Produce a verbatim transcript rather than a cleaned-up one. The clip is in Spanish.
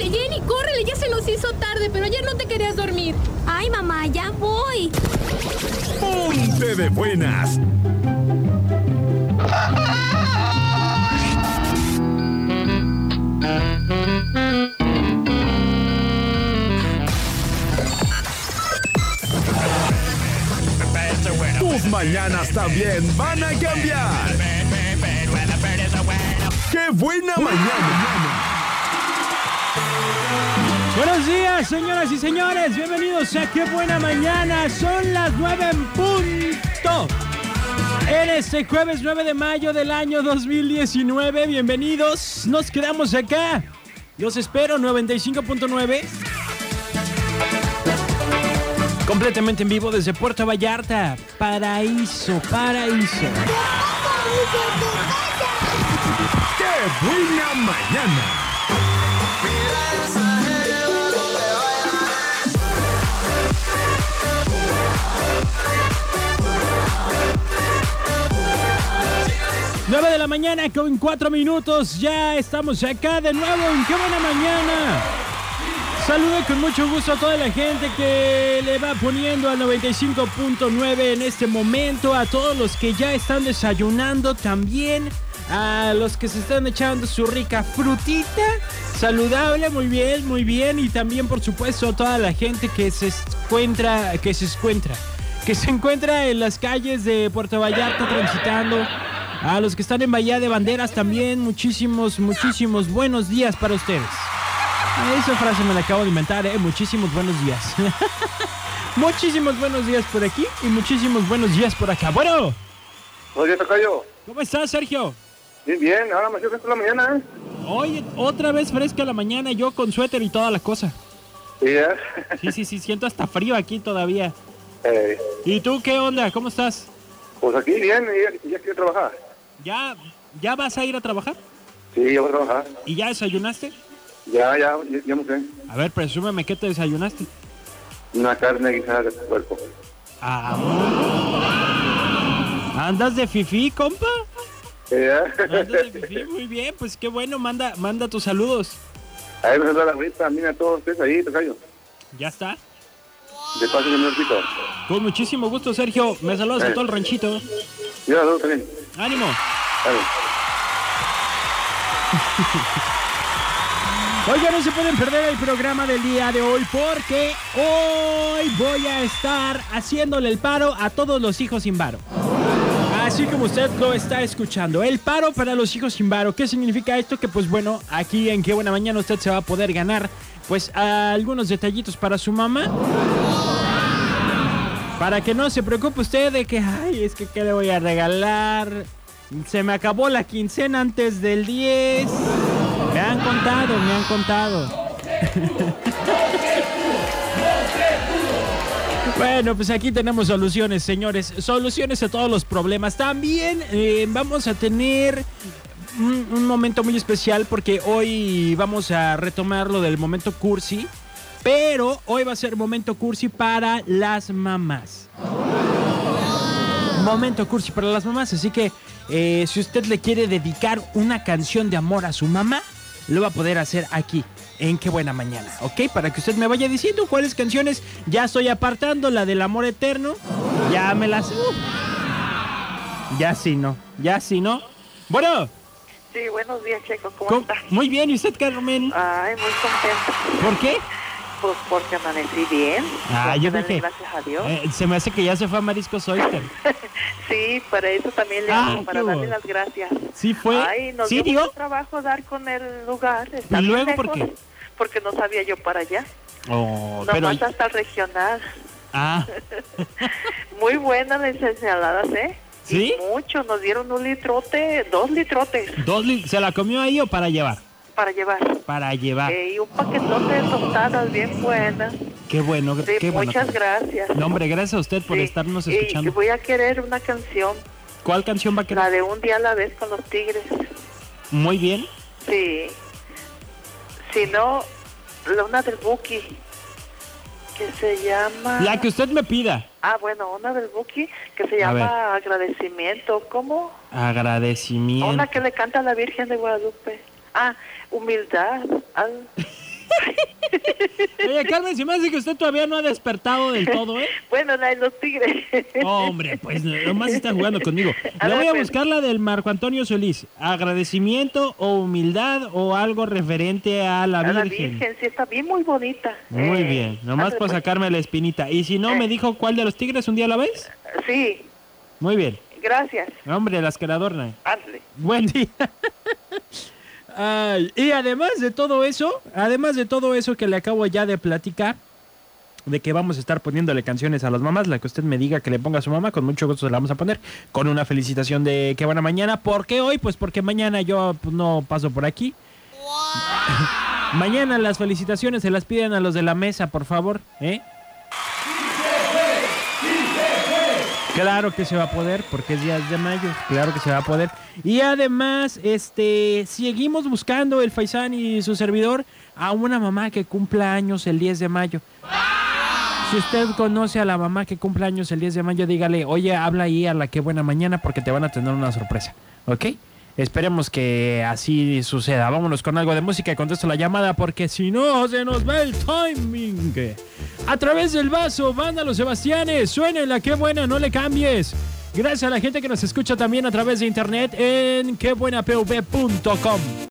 Córrele, Jenny, córrele, ya se nos hizo tarde, pero ayer no te querías dormir. Ay, mamá, ya voy. Ponte de buenas. Tus mañanas también van a cambiar. ¡Qué buena mañana! Buenos días, señoras y señores. Bienvenidos a Qué Buena Mañana. Son las nueve en punto. En este jueves nueve de mayo del año dos mil diecinueve. Bienvenidos. Nos quedamos acá. Los espero, noventa y cinco punto nueve. Completamente en vivo desde Puerto Vallarta. Paraíso, paraíso. ¡Qué buena mañana! nueve de la mañana con cuatro minutos. Ya estamos acá de nuevo en Qué Buena Mañana. Saludo con mucho gusto a toda la gente que le va poniendo al noventa y cinco punto nueve en este momento. A todos los que ya están desayunando también. A los que se están echando su rica frutita saludable, muy bien, muy bien. Y también, por supuesto, a toda la gente que se encuentra, que se encuentra, que se encuentra en las calles de Puerto Vallarta transitando. A los que están en Bahía de Banderas también, muchísimos, muchísimos buenos días para ustedes. Esa frase me la acabo de inventar, ¿eh? Muchísimos buenos días. Muchísimos buenos días por aquí y muchísimos buenos días por acá. Bueno. Oye, tocayo. ¿Cómo estás, Sergio? Bien, bien. Ahora me fresca la mañana, ¿eh? Oye, otra vez fresca la mañana, yo con suéter y toda la cosa. Sí, ¿eh? Sí, sí, sí, siento hasta frío aquí todavía. Eh, ¿Y tú qué onda? ¿Cómo estás? pues aquí bien, ya, ya quiero trabajar. ¿Ya, ¿Ya vas a ir a trabajar? Sí, ya voy a trabajar. ¿Y ya desayunaste? Ya, ya, ya, ya me sé. A ver, presúmeme, ¿qué te desayunaste? Una carne guisada de cuerpo. Ah, ¿andas de fifí, compa? Sí, ¿eh? ¿Andas de fifí? Muy bien, pues qué bueno, manda, manda tus saludos. Ahí me saluda la Rita, mira a todos ustedes ahí, tocayo. ¿Ya está? De paso, señorcito. Con muchísimo gusto, Sergio. Me saludas Eh. a todo el ranchito. Yo la saludo también. ¡Ánimo! Dale. Oigan, no se pueden perder el programa del día de hoy porque hoy voy a estar haciéndole el paro a todos los hijos sin varo. Así como usted lo está escuchando, el paro para los hijos sin varo. ¿Qué significa esto? Que pues bueno, aquí en Qué Buena Mañana usted se va a poder ganar pues algunos detallitos para su mamá. Para que no se preocupe usted de que, ay, es que ¿qué le voy a regalar? Se me acabó la quincena antes del diez. Me han contado, me han contado. Bueno, pues aquí tenemos soluciones, señores. Soluciones a todos los problemas. También eh, vamos a tener un, un momento muy especial porque hoy vamos a retomar lo del momento cursi. Pero hoy va a ser momento cursi para las mamás. Momento cursi para las mamás. Así que eh, si usted le quiere dedicar una canción de amor a su mamá, lo va a poder hacer aquí, en Qué Buena Mañana, ¿ok? Para que usted me vaya diciendo cuáles canciones ya estoy apartando. La del amor eterno, ya me las... Uh, ya sí, no, ya sí, no. Bueno. Sí, buenos días, Checo, ¿cómo, ¿Cómo? estás? Muy bien, ¿y usted, Carmen? Ay, muy contenta. ¿Por qué? Pues porque amanecí bien. Ah, yo dije... Gracias a Dios. Eh, se me hace que ya se fue a Mariscos Oyster. Sí, para eso también le Ah, hago, para qué darle bueno. las gracias. ¿Sí fue? Ay, nos ¿Sí dio dio? mucho trabajo dar con el lugar. Está ¿Y luego bien por lejos, qué? Porque no sabía yo para allá. Oh, Nomás pero... hasta el regional. Ah, Muy buenas las ensaladas, ¿eh? ¿sí? Y mucho, nos dieron un litrote, dos litrotes Dos li- ¿Se la comió ahí o para llevar? para llevar. Para llevar. Eh, y un paquetote de tostadas bien buenas. Qué bueno, Sí, qué bueno. muchas gracias. No, hombre, gracias a usted por Sí, estarnos y escuchando. voy a querer una canción, ¿Cuál canción va a querer? la de Un Día a la Vez con los Tigres. Muy bien. Sí. Si no, la una del Buki, que se llama... La que usted me pida. Ah, bueno, una del Buki, que se A llama Agradecimiento. ¿Cómo? Agradecimiento. Una que le canta a la Virgen de Guadalupe. Ah, Humildad. Al... Oye, Carmen, si me hace que usted todavía no ha despertado del todo, ¿eh? Bueno, la de los tigres. Hombre, pues nomás está jugando conmigo. A Le ver, voy a pues. buscar la del Marco Antonio Solís. Agradecimiento o humildad o algo referente a la A la Virgen. Virgen, sí, está bien, muy bonita. Muy Eh, bien, nomás ándale, por pues. sacarme la espinita. Y si no, Eh. me dijo cuál de los tigres un día la ves. Sí, Muy bien. gracias. Hombre, las que la adornan. Ándale. Buen día. Ay, y además de todo eso, además de todo eso que le acabo ya de platicar, de que vamos a estar poniéndole canciones a las mamás, la que usted me diga que le ponga a su mamá, con mucho gusto se la vamos a poner, con una felicitación de qué buena mañana. ¿Por qué hoy? Pues porque mañana yo pues, no paso por aquí. Mañana las felicitaciones se las piden a los de la mesa, por favor, ¿eh? Claro que se va a poder, porque es diez de mayo, claro que se va a poder. Y además, este, seguimos buscando el Faisán y su servidor a una mamá que cumpla años el diez de mayo. Si usted conoce a la mamá que cumpla años el diez de mayo, dígale, oye, habla ahí a la qué buena mañana porque te van a tener una sorpresa, ¿ok? Esperemos que así suceda. Vámonos con algo de música y contesto la llamada porque si no se nos va el timing. A través del vaso, banda Los Sebastianes, suénela, qué buena, no le cambies. Gracias a la gente que nos escucha también a través de internet en qué buena p v punto com.